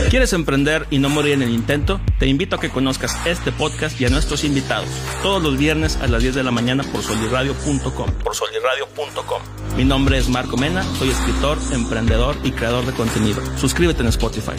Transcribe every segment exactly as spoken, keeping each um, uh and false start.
¿Quieres emprender y no morir en el intento? Te invito a que conozcas este podcast y a nuestros invitados todos los viernes a las diez de la mañana por solirradio punto com. Por solirradio punto com. Mi nombre es Marco Mena, soy escritor, emprendedor y creador de contenido. Suscríbete en Spotify.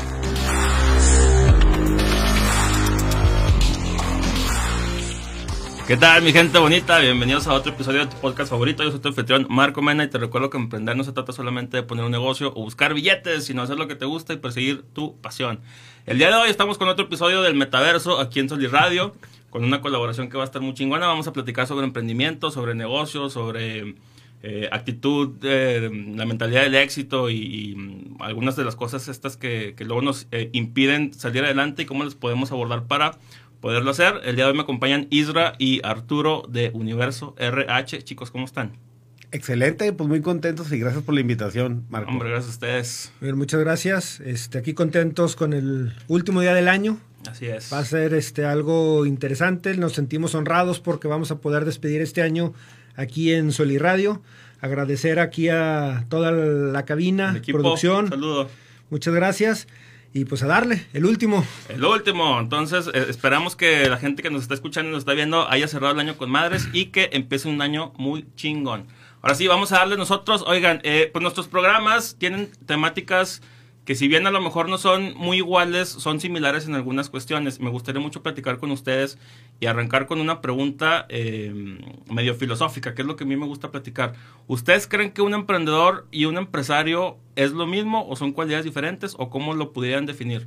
¿Qué tal, mi gente bonita? Bienvenidos a otro episodio de tu podcast favorito. Yo soy tu anfitrión, Marco Mena, y te recuerdo que emprender no se trata solamente de poner un negocio o buscar billetes, sino hacer lo que te gusta y perseguir tu pasión. El día de hoy estamos con otro episodio del Metaverso aquí en Solirradio, con una colaboración que va a estar muy chingona. Vamos a platicar sobre emprendimiento, sobre negocios, sobre eh, actitud, eh, la mentalidad del éxito y, y algunas de las cosas estas que, que luego nos eh, impiden salir adelante y cómo las podemos abordar para poderlo hacer. El día de hoy me acompañan Isra y Arturo de Universo R H. Chicos, ¿cómo están? Excelente, pues muy contentos y gracias por la invitación, Marco. Hombre, gracias a ustedes. Bien, muchas gracias. Este, aquí contentos con el último día del año. Así es. Va a ser este, algo interesante. Nos sentimos honrados porque vamos a poder despedir este año aquí en Solirradio. Agradecer aquí a toda la cabina, el equipo, producción. Un saludo. Muchas gracias. Y pues a darle, el último. El último. Entonces, eh, esperamos que la gente que nos está escuchando y nos está viendo haya cerrado el año con madres y que empiece un año muy chingón. Ahora sí, vamos a darle nosotros. Oigan, eh, pues nuestros programas tienen temáticas que, si bien a lo mejor no son muy iguales, son similares en algunas cuestiones. Me gustaría mucho platicar con ustedes y arrancar con una pregunta eh, medio filosófica, que es lo que a mí me gusta platicar. ¿Ustedes creen que un emprendedor y un empresario es lo mismo o son cualidades diferentes, o cómo lo pudieran definir?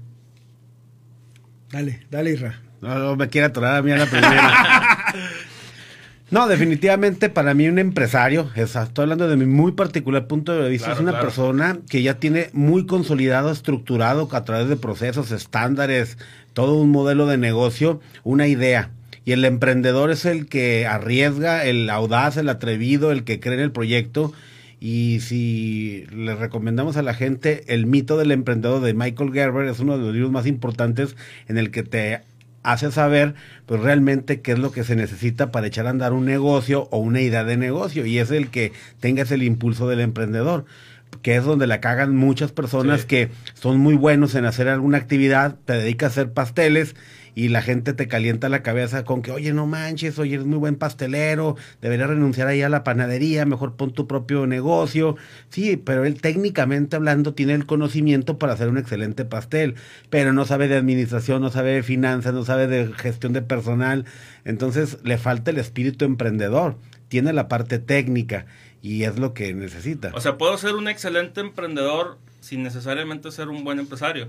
Dale, dale, Isra. No, no me quiere atorar a mí a la primera. No, definitivamente para mí un empresario, estoy hablando de mi muy particular punto de vista, Claro, es una claro. persona que ya tiene muy consolidado, estructurado a través de procesos, estándares, todo un modelo de negocio, una idea. Y el emprendedor es el que arriesga, el audaz, el atrevido, el que cree en el proyecto. Y si le recomendamos a la gente el mito del emprendedor de Michael Gerber, es uno de los libros más importantes en el que te hace saber pues realmente qué es lo que se necesita para echar a andar un negocio o una idea de negocio, y es el que tengas el impulso del emprendedor, que es donde la cagan muchas personas. Sí. Que son muy buenos en hacer alguna actividad, te dedicas a hacer pasteles y la gente te calienta la cabeza con que, oye, no manches, oye, eres muy buen pastelero, deberías renunciar ahí a la panadería, mejor pon tu propio negocio. Sí, pero él, técnicamente hablando, tiene el conocimiento para hacer un excelente pastel, pero no sabe de administración, no sabe de finanzas, no sabe de gestión de personal. Entonces le falta el espíritu emprendedor, tiene la parte técnica y es lo que necesita. O sea, ¿puedo ser un excelente emprendedor sin necesariamente ser un buen empresario?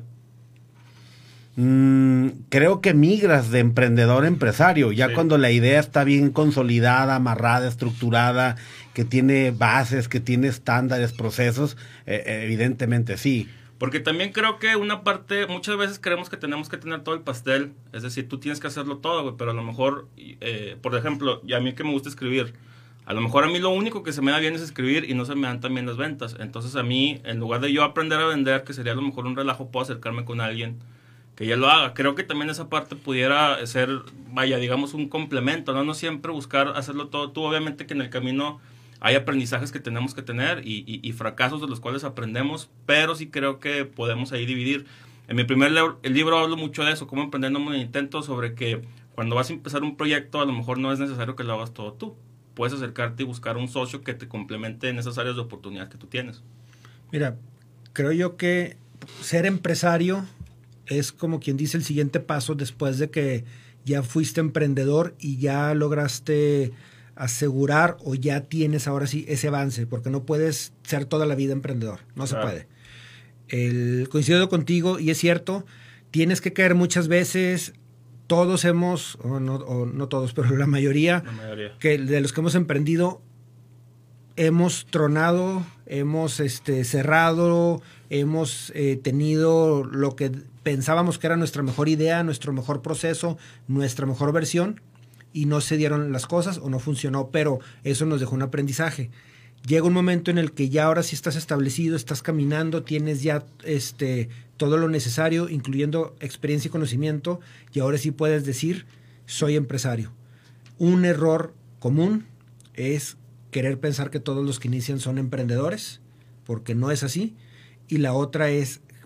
Mm, creo que migras de emprendedor a empresario, ya sí. Cuando la idea está bien consolidada, amarrada, estructurada, que tiene bases, que tiene estándares, procesos, eh, evidentemente sí. Porque también creo que una parte, muchas veces creemos que tenemos que tener todo el pastel, es decir, tú tienes que hacerlo todo, güey, pero a lo mejor, eh, por ejemplo, y a mí que me gusta escribir, a lo mejor a mí lo único que se me da bien es escribir y no se me dan tan bien las ventas. Entonces a mí, en lugar de yo aprender a vender, que sería a lo mejor un relajo, puedo acercarme con alguien que ya lo haga. Creo que también esa parte pudiera ser, vaya, digamos, un complemento, ¿no? No siempre buscar hacerlo todo tú. Obviamente que en el camino hay aprendizajes que tenemos que tener y, y, y fracasos de los cuales aprendemos, pero sí creo que podemos ahí dividir. En mi primer le- el libro hablo mucho de eso, cómo emprender en un intento, sobre que cuando vas a empezar un proyecto a lo mejor no es necesario que lo hagas todo tú. Puedes acercarte y buscar un socio que te complemente en esas áreas de oportunidad que tú tienes. Mira, creo yo que ser empresario es como quien dice el siguiente paso después de que ya fuiste emprendedor y ya lograste asegurar o ya tienes ahora sí ese avance, porque no puedes ser toda la vida emprendedor, no Claro. se puede. El, coincido contigo y es cierto, tienes que caer muchas veces, todos hemos, o no, o no todos, pero la mayoría, La mayoría. que de los que hemos emprendido, hemos tronado, hemos este, cerrado, hemos eh, tenido lo que pensábamos que era nuestra mejor idea, nuestro mejor proceso, nuestra mejor versión, y no se dieron las cosas o no funcionó, pero eso nos dejó un aprendizaje. Llega un momento en el que ya ahora sí estás establecido, estás caminando, tienes ya este, todo lo necesario, incluyendo experiencia y conocimiento, y ahora sí puedes decir, soy empresario. Un error común es querer pensar que todos los que inician son emprendedores, porque no es así. Y la otra es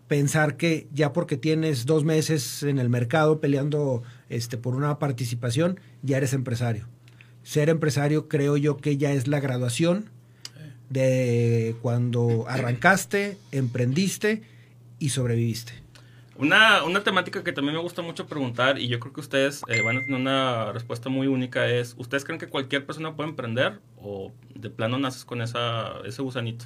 pensar que ya porque tienes dos meses en el mercado peleando este, por una participación, ya eres empresario. Ser empresario creo yo que ya es la graduación de cuando arrancaste, emprendiste y sobreviviste. Una, una temática que también me gusta mucho preguntar, y yo creo que ustedes eh, van a tener una respuesta muy única, es, ¿ustedes creen que cualquier persona puede emprender o de plano naces con esa, ese gusanito?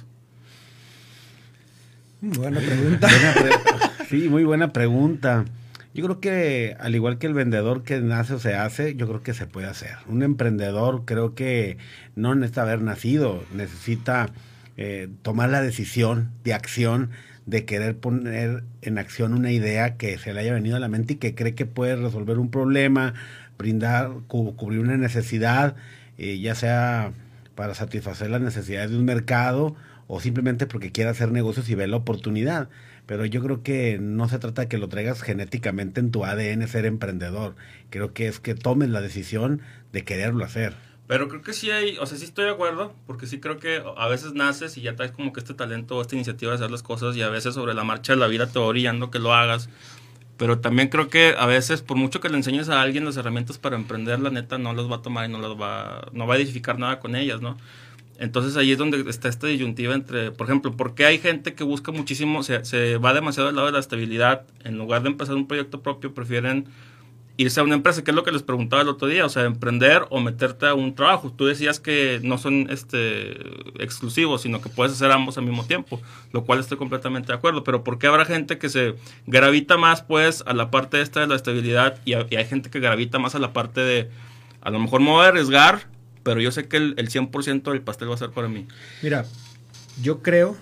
Buena pregunta. Buena pre sí, muy buena pregunta. Yo creo que al igual que el vendedor que nace o se hace, yo creo que se puede hacer. Un emprendedor creo que no necesita haber nacido, necesita eh, tomar la decisión de acción, de querer poner en acción una idea que se le haya venido a la mente y que cree que puede resolver un problema, brindar, cu cubrir una necesidad, eh, ya sea para satisfacer las necesidades de un mercado o simplemente porque quiera hacer negocios y ve la oportunidad. Pero yo creo que no se trata de que lo traigas genéticamente en tu A D N ser emprendedor. Creo que es que tomes la decisión de quererlo hacer. Pero creo que sí hay, o sea, sí estoy de acuerdo, porque sí creo que a veces naces y ya traes como que este talento o esta iniciativa de hacer las cosas y a veces sobre la marcha de la vida te va orillando que lo hagas. Pero también creo que a veces, por mucho que le enseñes a alguien las herramientas para emprender, la neta no las va a tomar y no las va, no va a edificar nada con ellas, ¿no? Entonces ahí es donde está esta disyuntiva entre, por ejemplo, ¿por qué hay gente que busca muchísimo, se, se va demasiado al lado de la estabilidad? En lugar de empezar un proyecto propio, prefieren irse a una empresa, que es lo que les preguntaba el otro día, o sea, emprender o meterte a un trabajo. Tú decías que no son este exclusivos, sino que puedes hacer ambos al mismo tiempo, lo cual estoy completamente de acuerdo. Pero ¿por qué habrá gente que se gravita más, pues, a la parte esta de la estabilidad y, a, y hay gente que gravita más a la parte de, a lo mejor me voy a arriesgar, pero yo sé que el, el cien por ciento del pastel va a ser para mí? Mira, yo creo,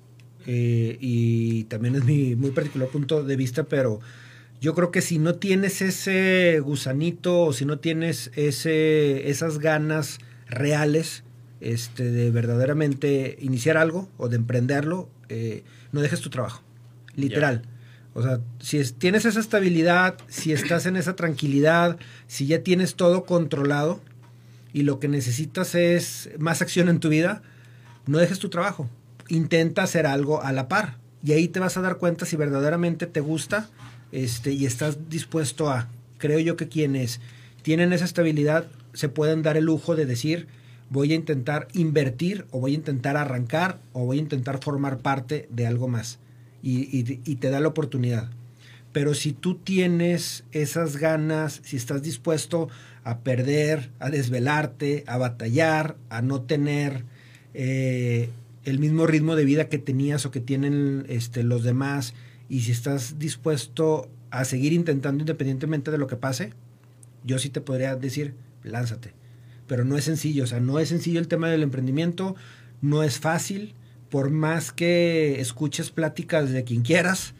eh, y también es mi muy particular punto de vista, pero yo creo que si no tienes ese gusanito o si no tienes ese, esas ganas reales este, de verdaderamente iniciar algo o de emprenderlo, eh, no dejes tu trabajo, literal. Yeah. O sea, si es, tienes esa estabilidad, si estás en esa tranquilidad, si ya tienes todo controlado y lo que necesitas es más acción en tu vida, no dejes tu trabajo. Intenta hacer algo a la par y ahí te vas a dar cuenta si verdaderamente te gusta este, y estás dispuesto a. Creo yo que quienes tienen esa estabilidad se pueden dar el lujo de decir, voy a intentar invertir o voy a intentar arrancar o voy a intentar formar parte de algo más. Y, y, y te da la oportunidad. Pero si tú tienes esas ganas, si estás dispuesto a perder, a desvelarte, a batallar, a no tener eh, el mismo ritmo de vida que tenías o que tienen este, los demás, y si estás dispuesto a seguir intentando independientemente de lo que pase, yo sí te podría decir, lánzate. Pero no es sencillo, o sea, no es sencillo el tema del emprendimiento, no es fácil. Por más que escuches pláticas de quien quieras,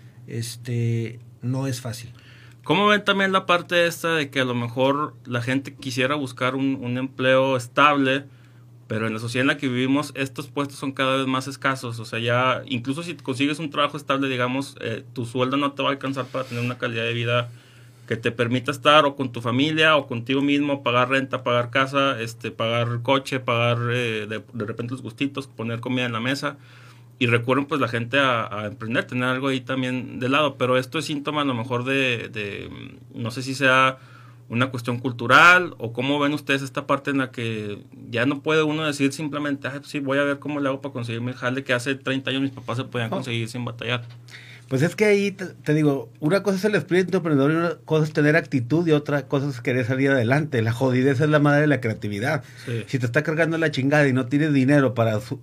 este, no es fácil. ¿Cómo ven también la parte esta de que a lo mejor la gente quisiera buscar un, un empleo estable, pero en la sociedad en la que vivimos estos puestos son cada vez más escasos? O sea, ya incluso si consigues un trabajo estable, digamos, eh, tu sueldo no te va a alcanzar para tener una calidad de vida que te permita estar o con tu familia o contigo mismo, pagar renta, pagar casa, este, pagar coche, pagar eh, de, de repente los gustitos, poner comida en la mesa. Y recurren pues la gente a, a emprender, tener algo ahí también de lado. Pero esto es síntoma a lo mejor de, de, no sé si sea una cuestión cultural o cómo ven ustedes esta parte en la que ya no puede uno decir simplemente, ah, sí, voy a ver cómo le hago para conseguirme el jale que hace treinta años mis papás se podían conseguir oh. sin batallar. Pues es que ahí te, te digo, una cosa es el espíritu emprendedor y una cosa es tener actitud y otra cosa es querer salir adelante. La jodidez es la madre de la creatividad. Sí. Si te está cargando la chingada y no tienes dinero para su,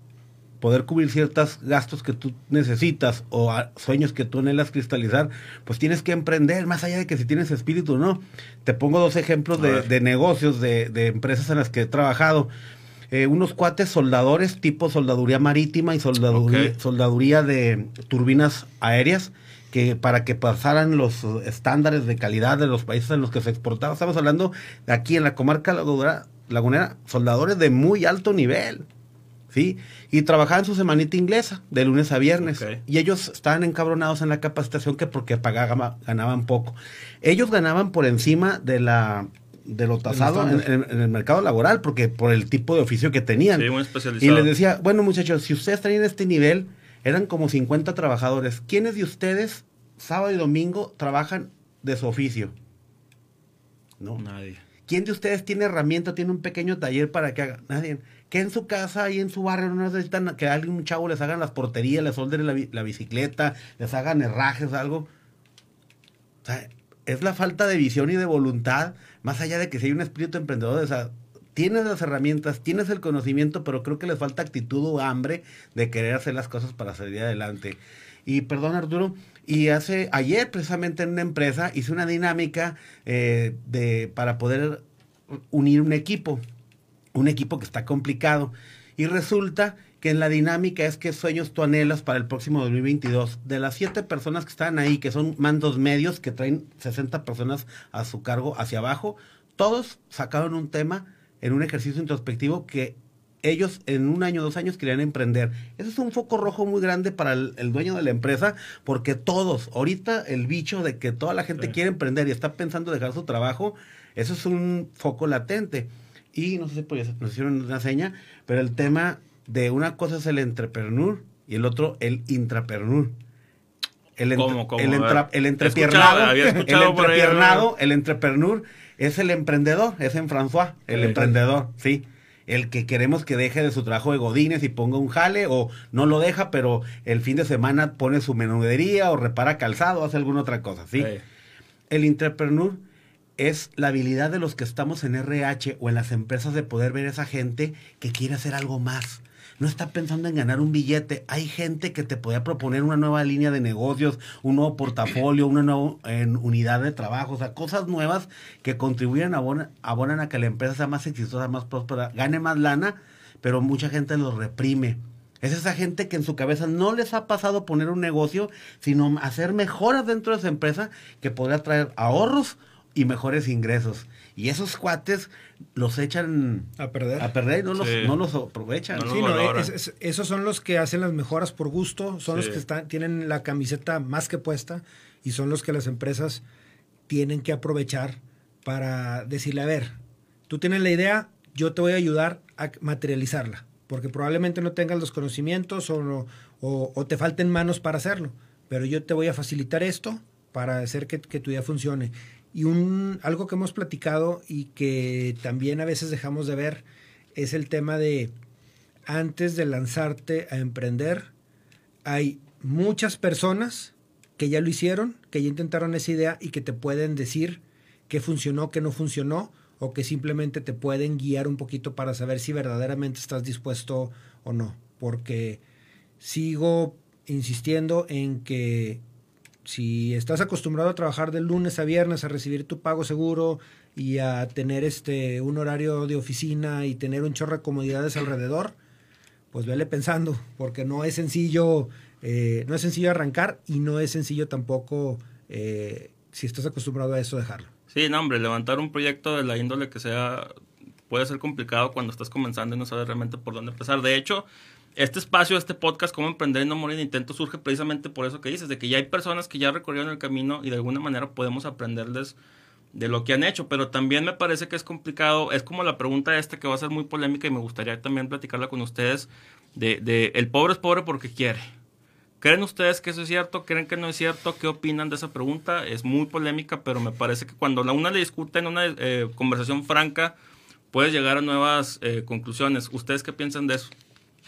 poder cubrir ciertos gastos que tú necesitas o a, sueños que tú anhelas cristalizar, pues tienes que emprender, más allá de que si tienes espíritu o no. Te pongo dos ejemplos de, de negocios, de, de empresas en las que he trabajado. Eh, unos cuates soldadores tipo soldaduría marítima y soldaduría, okay. soldaduría de turbinas aéreas, que para que pasaran los estándares de calidad de los países en los que se exportaba. Estamos hablando de aquí en la comarca lagunera, soldadores de muy alto nivel, ¿sí? Y trabajaban su semanita inglesa de lunes a viernes. Okay. Y ellos estaban encabronados en la capacitación que porque pagaban, ganaban poco. Ellos ganaban por encima de la... de lo tasado en, en, en el mercado laboral, porque por el tipo de oficio que tenían. Sí, muy especializado. Y les decía, bueno muchachos, si ustedes traen este nivel, Eran como cincuenta trabajadores. ¿Quiénes de ustedes, sábado y domingo, trabajan de su oficio? No. Nadie. ¿Quién de ustedes tiene herramienta, tiene un pequeño taller para que haga? Nadie. Que en su casa y en su barrio no necesitan que alguien, un chavo, les hagan las porterías, les solderen la, la bicicleta, les hagan herrajes, algo. O sea, es la falta de visión y de voluntad, más allá de que si hay un espíritu emprendedor, o sea, tienes las herramientas, tienes el conocimiento, pero creo que les falta actitud o hambre de querer hacer las cosas para salir adelante. Y perdón, Arturo, y hace ayer precisamente en una empresa hice una dinámica eh, de para poder unir un equipo, un equipo que está complicado. Y resulta que en la dinámica es qué sueños tú anhelas para el próximo dos mil veintidós. De las siete personas que están ahí, que son mandos medios, que traen sesenta personas a su cargo hacia abajo, todos sacaron un tema en un ejercicio introspectivo que ellos en un año, dos años querían emprender. Ese es un foco rojo muy grande para el, el dueño de la empresa, porque todos, ahorita el bicho de que toda la gente sí. quiere emprender y está pensando dejar su trabajo, eso es un foco latente. Y no sé si por eso nos hicieron una seña, pero el tema de una cosa es el entrepreneur y el otro el intrapreneur. El, entre, ¿Cómo, cómo? el, entra, el entrepiernado, había escuchado, el entrepiernado, el entrepreneur es el emprendedor, es en François, el sí, emprendedor, sí. El que queremos que deje de su trabajo de godines y ponga un jale, o no lo deja, pero el fin de semana pone su menudería o repara calzado o hace alguna otra cosa, ¿sí? sí. El intrapreneur es la habilidad de los que estamos en R H o en las empresas de poder ver a esa gente que quiere hacer algo más. No está pensando en ganar un billete. Hay gente que te podría proponer una nueva línea de negocios, un nuevo portafolio, una nueva en, unidad de trabajo, o sea, cosas nuevas que contribuyen, abonan, abonan a que la empresa sea más exitosa, más próspera, gane más lana, pero mucha gente los reprime. Es esa gente que en su cabeza no les ha pasado poner un negocio, sino hacer mejoras dentro de esa empresa que podría traer ahorros y mejores ingresos. Y esos cuates los echan a perder, a perder no, sí. los, no los aprovechan. No sí, no, es, es, esos son los que hacen las mejoras por gusto, son sí. los que están, tienen la camiseta más que puesta y son los que las empresas tienen que aprovechar para decirle, a ver, tú tienes la idea, yo te voy a ayudar a materializarla, porque probablemente no tengas los conocimientos o, no, o, o te falten manos para hacerlo, pero yo te voy a facilitar esto para hacer que, que tu idea funcione. Y un algo que hemos platicado y que también a veces dejamos de ver es el tema de antes de lanzarte a emprender, hay muchas personas que ya lo hicieron, que ya intentaron esa idea y que te pueden decir qué funcionó, qué no funcionó, o que simplemente te pueden guiar un poquito para saber si verdaderamente estás dispuesto o no. Porque sigo insistiendo en que si estás acostumbrado a trabajar de lunes a viernes, a recibir tu pago seguro y a tener este un horario de oficina y tener un chorro de comodidades alrededor, pues vele pensando, porque no es sencillo, eh, no es sencillo arrancar y no es sencillo tampoco, eh, si estás acostumbrado a eso, dejarlo. Sí, no, hombre, levantar un proyecto de la índole que sea puede ser complicado cuando estás comenzando y no sabes realmente por dónde empezar. De hecho, este espacio, este podcast, Cómo Emprender y No Morir en Intento, surge precisamente por eso que dices, de que ya hay personas que ya recorrieron el camino y de alguna manera podemos aprenderles de lo que han hecho, pero también me parece que es complicado, es como la pregunta esta que va a ser muy polémica y me gustaría también platicarla con ustedes, de, de el pobre es pobre porque quiere. ¿Creen ustedes que eso es cierto? ¿Creen que no es cierto? ¿Qué opinan de esa pregunta? Es muy polémica, pero me parece que cuando la una le discute en una eh, conversación franca, puedes llegar a nuevas eh, conclusiones. ¿Ustedes qué piensan de eso?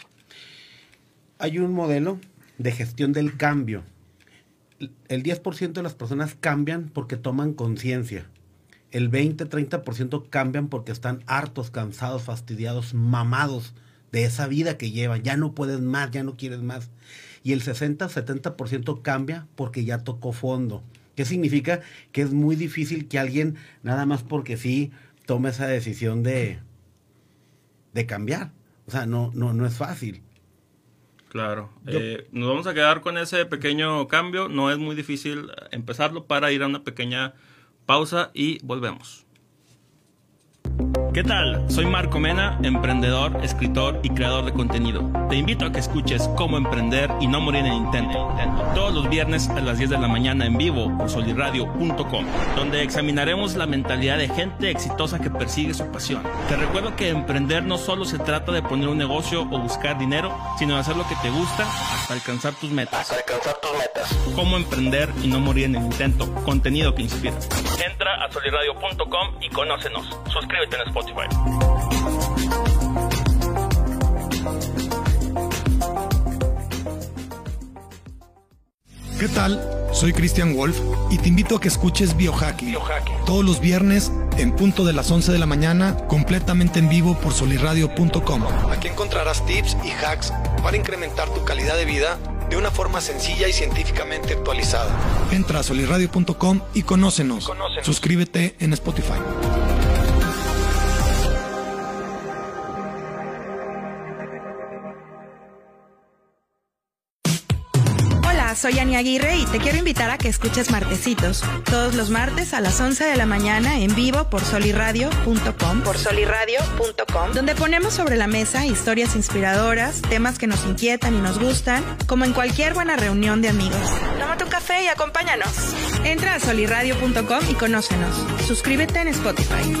Hay un modelo de gestión del cambio. El diez por ciento de las personas cambian porque toman conciencia. El veinte, treinta por ciento cambian porque están hartos, cansados, fastidiados, mamados de esa vida que llevan. Ya no puedes más, ya no quieres más. Y el sesenta, setenta por ciento cambia porque ya tocó fondo. ¿Qué significa? Que es muy difícil que alguien, nada más porque sí, tome esa decisión de, de cambiar. O sea, no, no, no es fácil. Claro, eh, nos vamos a quedar con ese pequeño cambio, no es muy difícil empezarlo para ir a una pequeña pausa y volvemos. ¿Qué tal? Soy Marco Mena, emprendedor, escritor y creador de contenido. Te invito a que escuches Cómo Emprender y No Morir en el Intento, todos los viernes a las diez de la mañana en vivo por solirradio punto com, donde examinaremos la mentalidad de gente exitosa que persigue su pasión. Te recuerdo que emprender no solo se trata de poner un negocio o buscar dinero, sino de hacer lo que te gusta hasta alcanzar tus metas. Hasta alcanzar tus metas. Cómo emprender y no morir en el intento. Contenido que inspira. Entra a solirradio punto com y conócenos. Suscríbete en Spotify. ¿Qué tal? Soy Christian Wolf y te invito a que escuches Biohacking, Biohacking todos los viernes en punto de las once de la mañana, completamente en vivo por solirradio punto com. Aquí encontrarás tips y hacks para incrementar tu calidad de vida de una forma sencilla y científicamente actualizada. Entra a solirradio punto com y conócenos. conócenos. Suscríbete en Spotify. Soy Ani Aguirre y te quiero invitar a que escuches Martecitos, todos los martes a las once de la mañana en vivo por solirradio punto com, por solirradio punto com, donde ponemos sobre la mesa historias inspiradoras, temas que nos inquietan y nos gustan, como en cualquier buena reunión de amigos. Tómate un café y acompáñanos. Entra a solirradio punto com y conócenos. Suscríbete en Spotify.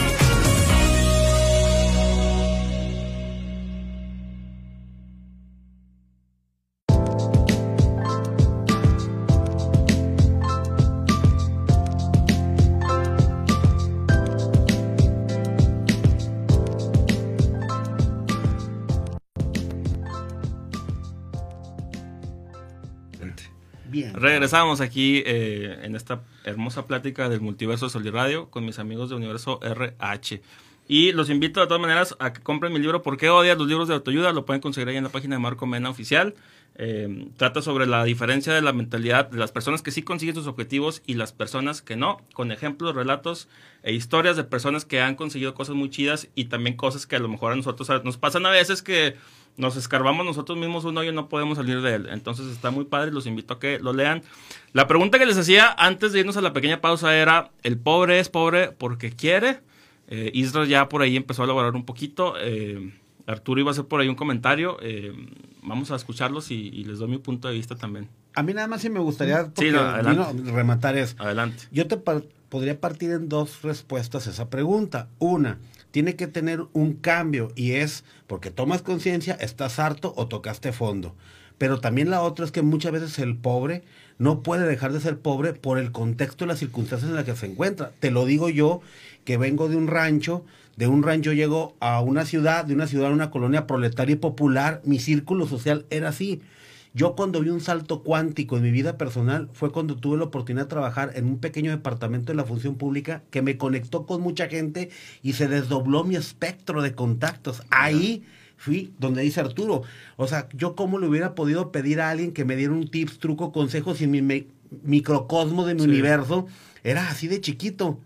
Bien. Regresamos aquí eh, en esta hermosa plática del multiverso de Solirradio con mis amigos de Universo R H. Y los invito de todas maneras a que compren mi libro ¿Por qué odias los libros de autoayuda? Lo pueden conseguir ahí en la página de Marco Mena Oficial. Eh, trata sobre la diferencia de la mentalidad de las personas que sí consiguen sus objetivos y las personas que no, con ejemplos, relatos e historias de personas que han conseguido cosas muy chidas y también cosas que a lo mejor a nosotros nos pasan a veces que nos escarbamos nosotros mismos un hoyo y no podemos salir de él. Entonces está muy padre, los invito a que lo lean. La pregunta que les hacía antes de irnos a la pequeña pausa era, ¿el pobre es pobre porque quiere? Eh, Isra ya por ahí empezó a elaborar un poquito. Eh, Arturo iba a hacer por ahí un comentario. Eh, vamos a escucharlos y, y les doy mi punto de vista también. A mí nada más sí me gustaría sí, no, adelante. Vino, rematar eso. Adelante. Yo te par podría partir en dos respuestas a esa pregunta. Una, tiene que tener un cambio y es porque tomas conciencia, estás harto o tocaste fondo. Pero también la otra es que muchas veces el pobre no puede dejar de ser pobre por el contexto y las circunstancias en las que se encuentra. Te lo digo yo, que vengo de un rancho, de un rancho llego a una ciudad, de una ciudad a una colonia proletaria y popular, mi círculo social era así. Yo cuando vi un salto cuántico en mi vida personal fue cuando tuve la oportunidad de trabajar en un pequeño departamento de la función pública que me conectó con mucha gente y se desdobló mi espectro de contactos. Ahí fui donde dice Arturo. O sea, yo cómo le hubiera podido pedir a alguien que me diera un tips, truco, consejo si mi me microcosmo de mi sí. universo era así de chiquito.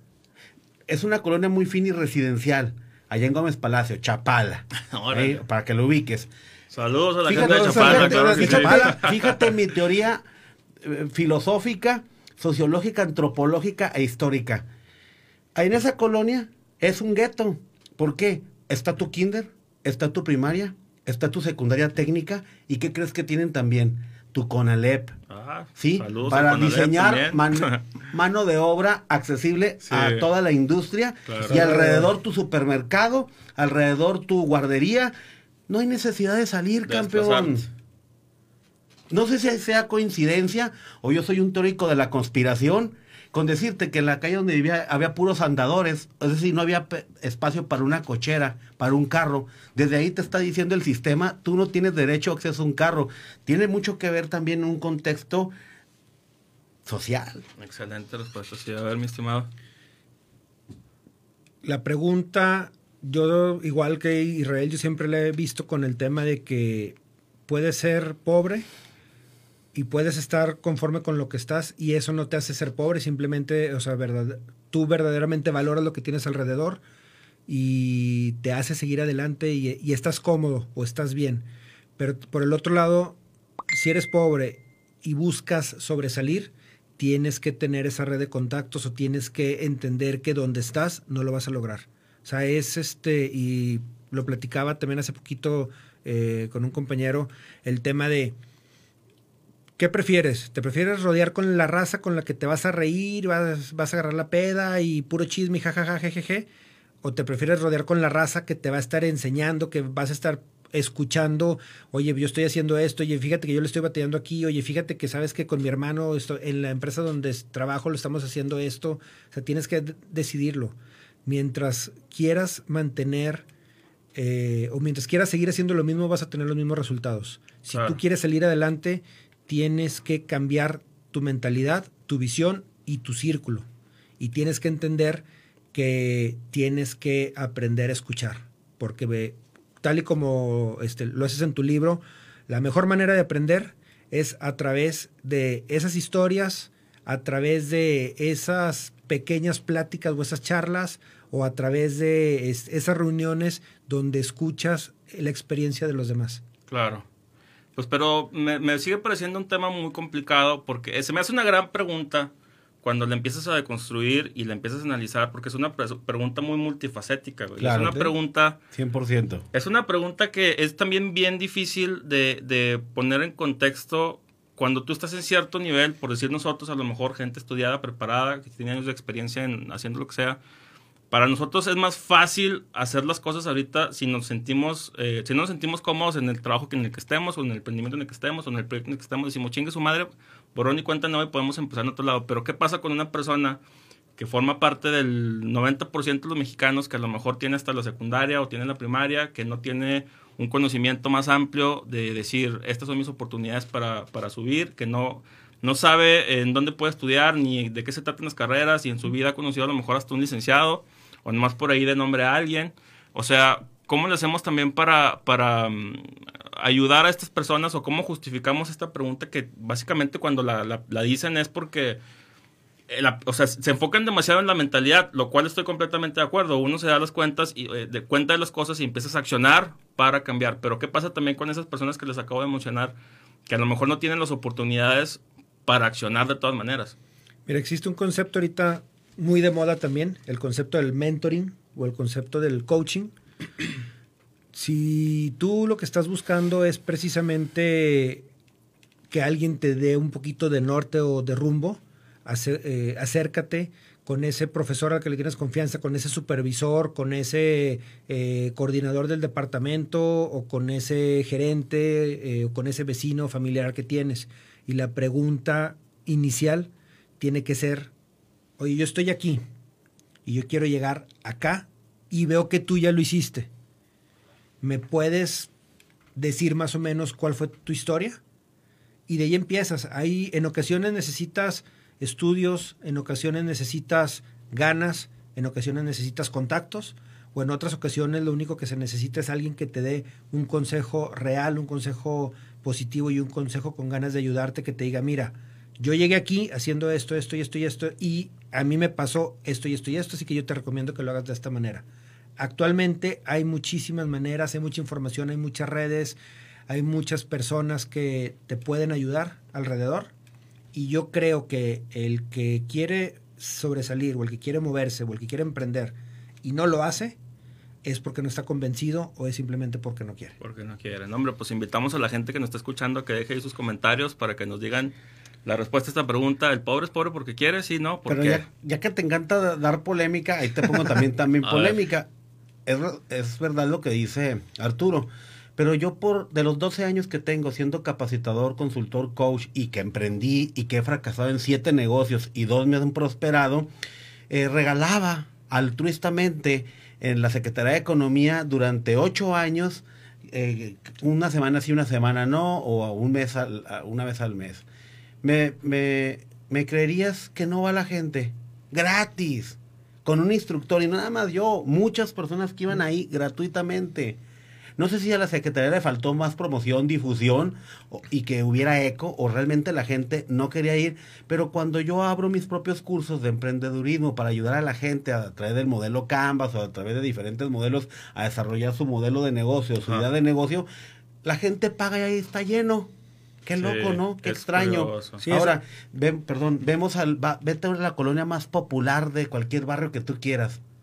Es una colonia muy fina y residencial, allá en Gómez Palacio, Chapala, eh, para que lo ubiques. Saludos a la fíjate, gente de Chapala. Fíjate, claro que Chapala, sí. fíjate mi teoría eh, filosófica, sociológica, antropológica e histórica. Ahí en esa colonia es un gueto. ¿Por qué? Está tu kinder, está tu primaria, está tu secundaria técnica. ¿Y qué crees que tienen también? Tu CONALEP. Ah, ¿sí? Para diseñar man, mano de obra accesible sí. a toda la industria. Claro. Y alrededor tu supermercado, alrededor tu guardería. No hay necesidad de salir, campeón. No sé si sea coincidencia o yo soy un teórico de la conspiración con decirte que en la calle donde vivía había puros andadores, es decir, no había espacio para una cochera, para un carro. Desde ahí te está diciendo el sistema, tú no tienes derecho a acceso a un carro. Tiene mucho que ver también un contexto social. Excelente respuesta, sí. A ver, mi estimado. La pregunta, yo igual que Israel, yo siempre la he visto con el tema de que puedes ser pobre y puedes estar conforme con lo que estás y eso no te hace ser pobre, simplemente, o sea, verdad, tú verdaderamente valoras lo que tienes alrededor y te hace seguir adelante y, y estás cómodo o estás bien. Pero por el otro lado, si eres pobre y buscas sobresalir, tienes que tener esa red de contactos o tienes que entender que donde estás no lo vas a lograr. O sea, es este, y lo platicaba también hace poquito eh, con un compañero, el tema de, ¿qué prefieres? ¿Te prefieres rodear con la raza con la que te vas a reír, vas, vas a agarrar la peda y puro chisme y jajaja, jejeje? ¿O te prefieres rodear con la raza que te va a estar enseñando, que vas a estar escuchando, oye, yo estoy haciendo esto, oye, fíjate que yo le estoy batallando aquí, oye, fíjate que sabes que con mi hermano esto, en la empresa donde trabajo lo estamos haciendo esto? O sea, tienes que d- decidirlo. Mientras quieras mantener eh, o mientras quieras seguir haciendo lo mismo, vas a tener los mismos resultados. Si Claro. tú quieres salir adelante, tienes que cambiar tu mentalidad, tu visión y tu círculo. Y tienes que entender que tienes que aprender a escuchar, porque ve, tal y como este, lo haces en tu libro, la mejor manera de aprender es a través de esas historias, a través de esas pequeñas pláticas o esas charlas, o a través de es, esas reuniones donde escuchas la experiencia de los demás. Claro. Pues pero me, me sigue pareciendo un tema muy complicado porque se me hace una gran pregunta cuando la empiezas a deconstruir y la empiezas a analizar, porque es una pre- pregunta muy multifacética, güey. Claro, es una sí. pregunta... cien por ciento. Es una pregunta que es también bien difícil de, de poner en contexto cuando tú estás en cierto nivel, por decir nosotros, a lo mejor gente estudiada, preparada, que tiene años de experiencia en haciendo lo que sea. Para nosotros es más fácil hacer las cosas ahorita si nos sentimos, eh, si no nos sentimos cómodos en el trabajo en el que estemos, o en el emprendimiento en el que estemos, o en el proyecto en el que estemos. Decimos, chingue su madre, borrón y cuenta nueva y podemos empezar en otro lado. Pero ¿qué pasa con una persona que forma parte del noventa por ciento de los mexicanos, que a lo mejor tiene hasta la secundaria o tiene la primaria, que no tiene un conocimiento más amplio de decir, estas son mis oportunidades para, para subir, que no, no sabe en dónde puede estudiar, ni de qué se tratan las carreras, y en su vida ha conocido a lo mejor hasta un licenciado, o nomás por ahí de nombre a alguien? O sea, ¿cómo le hacemos también para, para um, ayudar a estas personas, o cómo justificamos esta pregunta que básicamente cuando la, la, la dicen es porque... La, o sea, se enfocan demasiado en la mentalidad, lo cual estoy completamente de acuerdo. Uno se da las cuentas y eh, de cuenta de las cosas y empiezas a accionar para cambiar. Pero ¿qué pasa también con esas personas que les acabo de mencionar, que a lo mejor no tienen las oportunidades para accionar de todas maneras? Mira, existe un concepto ahorita muy de moda también, el concepto del mentoring o el concepto del coaching. Si tú lo que estás buscando es precisamente que alguien te dé un poquito de norte o de rumbo, Acer, eh, acércate con ese profesor al que le tienes confianza, con ese supervisor, con ese eh, coordinador del departamento, o con ese gerente, eh, o con ese vecino familiar que tienes. Y la pregunta inicial tiene que ser, oye, yo estoy aquí y yo quiero llegar acá y veo que tú ya lo hiciste. ¿Me puedes decir más o menos cuál fue tu historia? Y de ahí empiezas. Ahí en ocasiones necesitas estudios, en ocasiones necesitas ganas, en ocasiones necesitas contactos, o en otras ocasiones lo único que se necesita es alguien que te dé un consejo real, un consejo positivo y un consejo con ganas de ayudarte, que te diga, mira, yo llegué aquí haciendo esto, esto y esto y esto, y a mí me pasó esto y esto y esto, así que yo te recomiendo que lo hagas de esta manera. Actualmente hay muchísimas maneras, hay mucha información, hay muchas redes, hay muchas personas que te pueden ayudar alrededor. Y yo creo que el que quiere sobresalir, o el que quiere moverse, o el que quiere emprender y no lo hace, es porque no está convencido, o es simplemente porque no quiere. Porque no quiere. No, hombre, pues invitamos a la gente que nos está escuchando a que deje ahí sus comentarios para que nos digan la respuesta a esta pregunta. ¿El pobre es pobre porque quiere? Sí, ¿no? ¿Por Pero qué? ya, ya que te encanta dar polémica, ahí te pongo también, también A polémica. Es, es verdad lo que dice Arturo. Pero yo, por de los doce años que tengo siendo capacitador, consultor, coach, y que emprendí y que he fracasado en siete negocios y dos me han prosperado, eh, regalaba altruistamente en la Secretaría de Economía durante ocho años, eh, una semana sí, una semana no, o un mes al, una vez al mes. Me, me, ¿Me creerías que no va la gente? Gratis, con un instructor, y no nada más yo, muchas personas que iban ahí gratuitamente. No sé si a la Secretaría le faltó más promoción, difusión, o, y que hubiera eco, o realmente la gente no quería ir, pero cuando yo abro mis propios cursos de emprendedurismo para ayudar a la gente a través del modelo Canvas, o a través de diferentes modelos a desarrollar su modelo de negocio, su Ajá. idea de negocio, la gente paga y ahí está lleno. Qué Sí, loco, ¿no? Qué es extraño. curioso. Sí, Ahora, ven, perdón, vemos al, va, vete a la colonia más popular de cualquier barrio que tú quieras.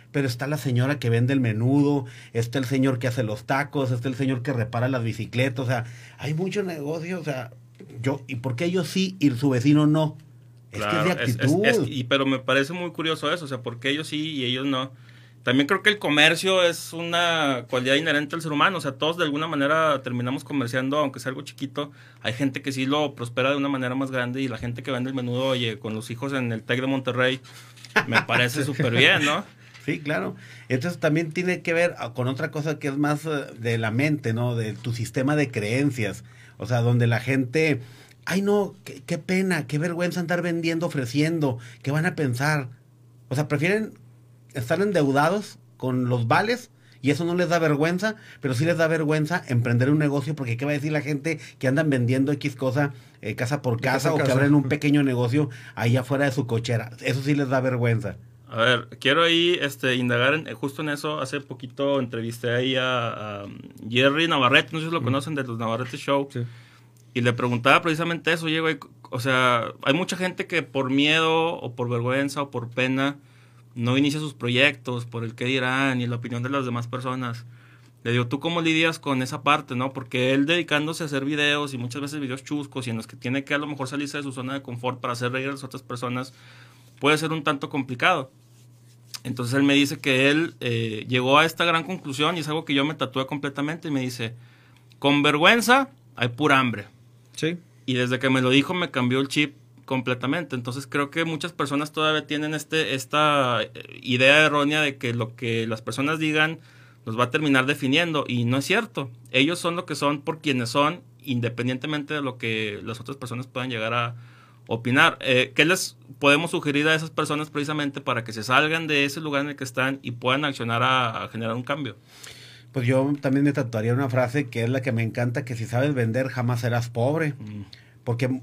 pero está la señora que vende el menudo, está el señor que hace los tacos, está el señor que repara las bicicletas, o sea, hay mucho negocio, o sea, yo, ¿y por qué ellos sí y su vecino no? Es claro, que es de actitud. Es, es, es, y, pero me parece muy curioso eso, o sea, ¿por qué ellos sí y ellos no? También creo que el comercio es una cualidad inherente al ser humano, o sea, todos de alguna manera terminamos comerciando, aunque sea algo chiquito. Hay gente que sí lo prospera de una manera más grande y la gente que vende el menudo, oye, con los hijos en el Tec de Monterrey, me parece súper bien, ¿no? Sí, claro. Entonces también tiene que ver con otra cosa que es más de la mente, ¿no? De tu sistema de creencias, o sea, donde la gente, ay no, qué, qué pena, qué vergüenza andar vendiendo, ofreciendo, ¿qué van a pensar? O sea, prefieren estar endeudados con los vales y eso no les da vergüenza, pero sí les da vergüenza emprender un negocio porque ¿qué va a decir la gente que andan vendiendo X cosa eh, casa por casa, casa o casa. Que abren un pequeño negocio ahí afuera de su cochera? Eso sí les da vergüenza. A ver, quiero ahí este, indagar en, justo en eso. Hace poquito entrevisté ahí a, a Jerry Navarrete, no sé si lo conocen, de los Navarrete Show. Sí. Y le preguntaba precisamente eso, oye, güey, o sea, hay mucha gente que por miedo o por vergüenza o por pena no inicia sus proyectos por el qué dirán y la opinión de las demás personas. Le digo, ¿tú cómo lidias con esa parte, no? Porque él dedicándose a hacer videos y muchas veces videos chuscos y en los que tiene que a lo mejor salirse de su zona de confort para hacer reír a las otras personas, puede ser un tanto complicado. Entonces él me dice que él eh, llegó a esta gran conclusión y es algo que yo me tatué completamente y me dice, con vergüenza hay pura hambre. Sí. Y desde que me lo dijo me cambió el chip completamente. Entonces creo que muchas personas todavía tienen este esta idea errónea de que lo que las personas digan los va a terminar definiendo y no es cierto. Ellos son lo que son por quienes son, independientemente de lo que las otras personas puedan llegar a opinar. Eh, ¿Qué les podemos sugerir a esas personas precisamente para que se salgan de ese lugar en el que están y puedan accionar a, a generar un cambio? Pues yo también me tatuaría una frase que es la que me encanta, que si sabes vender jamás serás pobre. Mm. Porque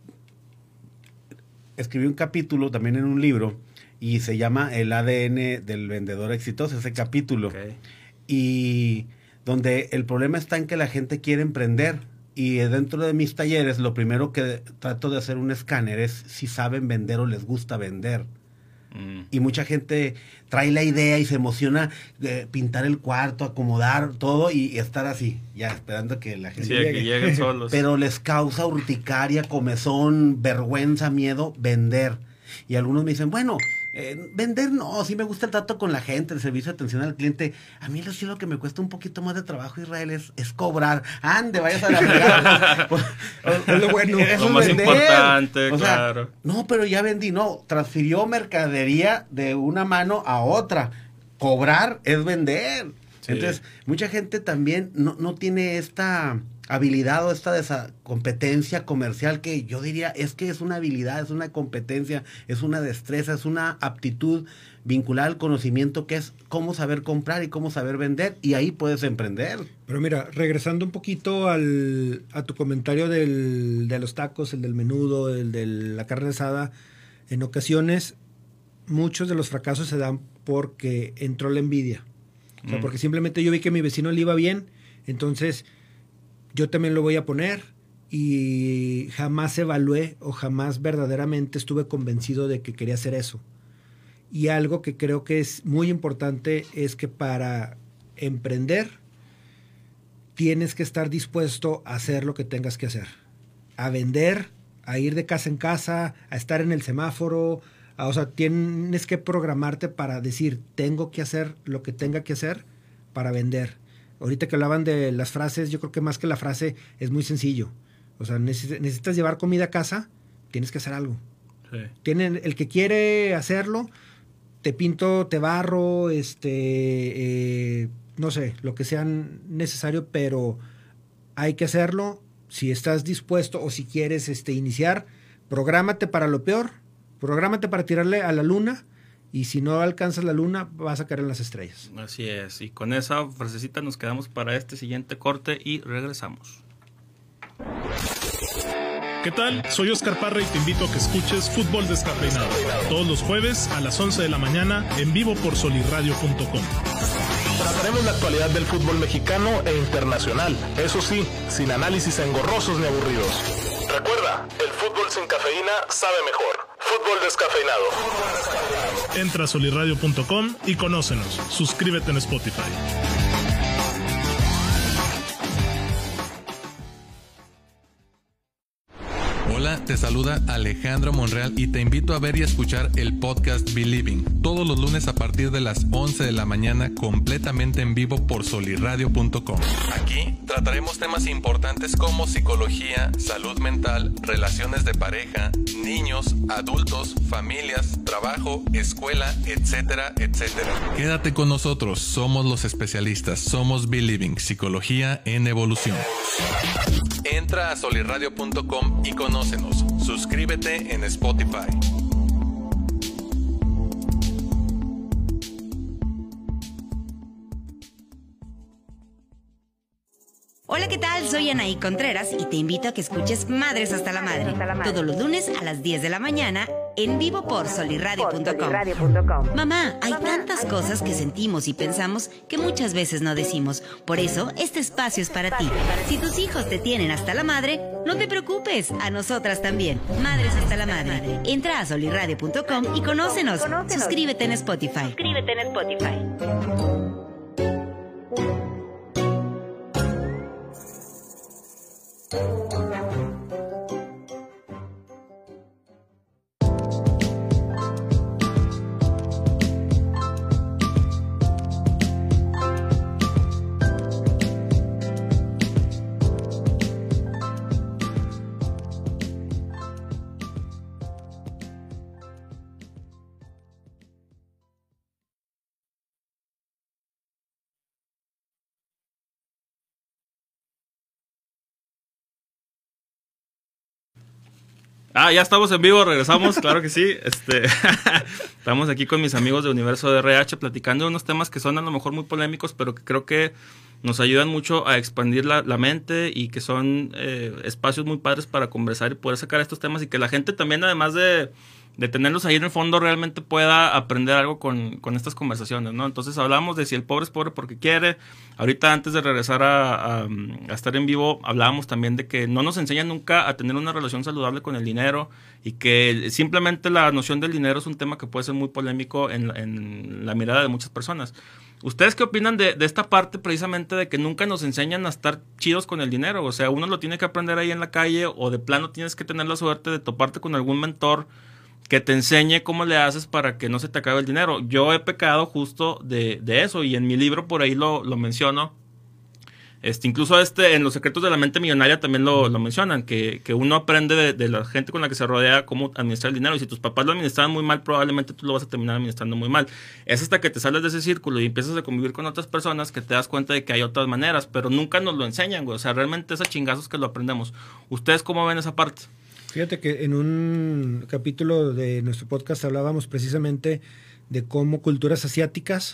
escribí un capítulo también en un libro y se llama El A D N del vendedor exitoso, ese capítulo. Okay. Y donde el problema está en que la gente quiere emprender. Y dentro de mis talleres lo primero que trato de hacer un escáner es si saben vender o les gusta vender. Mm. Y mucha gente trae la idea y se emociona de pintar el cuarto, acomodar todo y estar así, ya esperando que la gente sí, llegue. Que lleguen solos. Pero les causa urticaria, comezón, vergüenza, miedo vender. Y algunos me dicen, bueno, eh, vender no, sí me gusta el trato con la gente, el servicio de atención al cliente. A mí lo, sí lo que me cuesta un poquito más de trabajo, Israel, es, es cobrar. Ande, vayas a la fregada. Pues, es lo bueno. Eso lo más es vender. Importante, o sea, claro. No, pero ya vendí, no. Transfirió mercadería de una mano a otra. Cobrar es vender. Sí. Entonces, mucha gente también no, no tiene esta habilidad o esta esa competencia comercial que yo diría es que es una habilidad, es una competencia, es una destreza, es una aptitud vinculada al conocimiento que es cómo saber comprar y cómo saber vender y ahí puedes emprender. Pero mira, regresando un poquito al, a tu comentario del, de los tacos, el del menudo, el de la carne asada, en ocasiones muchos de los fracasos se dan porque entró la envidia. O sea, mm. porque simplemente yo vi que a mi vecino le iba bien, entonces yo también lo voy a poner y jamás evalué o jamás verdaderamente estuve convencido de que quería hacer eso. Y algo que creo que es muy importante es que para emprender tienes que estar dispuesto a hacer lo que tengas que hacer. A vender, a ir de casa en casa, a estar en el semáforo. A, o sea, tienes que programarte para decir, tengo que hacer lo que tenga que hacer para vender. Ahorita que hablaban de las frases, yo creo que más que la frase es muy sencillo. O sea, necesitas llevar comida a casa, tienes que hacer algo. Sí. Tienen, el que quiere hacerlo, te pinto, te barro, este, eh, no sé, lo que sea necesario, pero hay que hacerlo. Si estás dispuesto o si quieres este, iniciar, prográmate para lo peor, prográmate para tirarle a la luna. Y si no alcanzas la luna, vas a caer en las estrellas. Así es. Y con esa frasecita nos quedamos para este siguiente corte y regresamos. ¿Qué tal? Soy Oscar Parra y te invito a que escuches Fútbol Descafeinado. Todos los jueves a las once de la mañana en vivo por solirradio punto com. Trataremos la actualidad del fútbol mexicano e internacional. Eso sí, sin análisis engorrosos ni aburridos. Recuerda, el fútbol sin cafeína sabe mejor. Fútbol Descafeinado. Fútbol Descafeinado. Entra a solirradio punto com y conócenos. Suscríbete en Spotify. Hola, te saluda Alejandro Monreal y te invito a ver y escuchar el podcast Believing todos los lunes a partir de las once de la mañana completamente en vivo por solirradio punto com. Aquí trataremos temas importantes como psicología, salud mental, relaciones de pareja, niños, adultos, familias, trabajo, escuela, etcétera, etcétera. Quédate con nosotros, somos los especialistas, somos Believing, psicología en evolución. Entra a solirradio punto com y conócenos. Suscríbete en Spotify. Hola, ¿qué tal? Soy Anaí Contreras y te invito a que escuches Madres hasta la Madre, todos los lunes a las diez de la mañana en vivo por solirradio punto com. Mamá, hay tantas cosas que sentimos y pensamos que muchas veces no decimos. Por eso, este espacio es para ti. Si tus hijos te tienen hasta la madre, no te preocupes, a nosotras también. Madres hasta la Madre. Entra a solirradio punto com y conócenos. Suscríbete en Spotify. Suscríbete en Spotify. Ah, ya estamos en vivo, regresamos, claro que sí. Este, estamos aquí con mis amigos de Universo de R H platicando de unos temas que son a lo mejor muy polémicos, pero que creo que nos ayudan mucho a expandir la, la mente y que son eh, espacios muy padres para conversar y poder sacar estos temas y que la gente también, además de, de tenerlos ahí en el fondo, realmente pueda aprender algo con, con estas conversaciones, ¿no? Entonces hablamos de si el pobre es pobre porque quiere. Ahorita, antes de regresar a, a, a estar en vivo, hablábamos también de que no nos enseñan nunca a tener una relación saludable con el dinero y que simplemente la noción del dinero es un tema que puede ser muy polémico en, en la mirada de muchas personas. ¿Ustedes qué opinan de, de esta parte precisamente de que nunca nos enseñan a estar chidos con el dinero? O sea, uno lo tiene que aprender ahí en la calle o de plano tienes que tener la suerte de toparte con algún mentor que te enseñe cómo le haces para que no se te acabe el dinero. Yo he pecado justo de, de eso y en mi libro por ahí lo, lo menciono. Este, incluso este, en Los secretos de la mente millonaria también lo, lo mencionan, que, que uno aprende de, de la gente con la que se rodea cómo administrar el dinero. Y si tus papás lo administraban muy mal, probablemente tú lo vas a terminar administrando muy mal. Es hasta que te sales de ese círculo y empiezas a convivir con otras personas que te das cuenta de que hay otras maneras, pero nunca nos lo enseñan, güey. O sea, realmente es a chingazos que lo aprendemos. ¿Ustedes cómo ven esa parte? Fíjate que en un capítulo de nuestro podcast hablábamos precisamente de cómo culturas asiáticas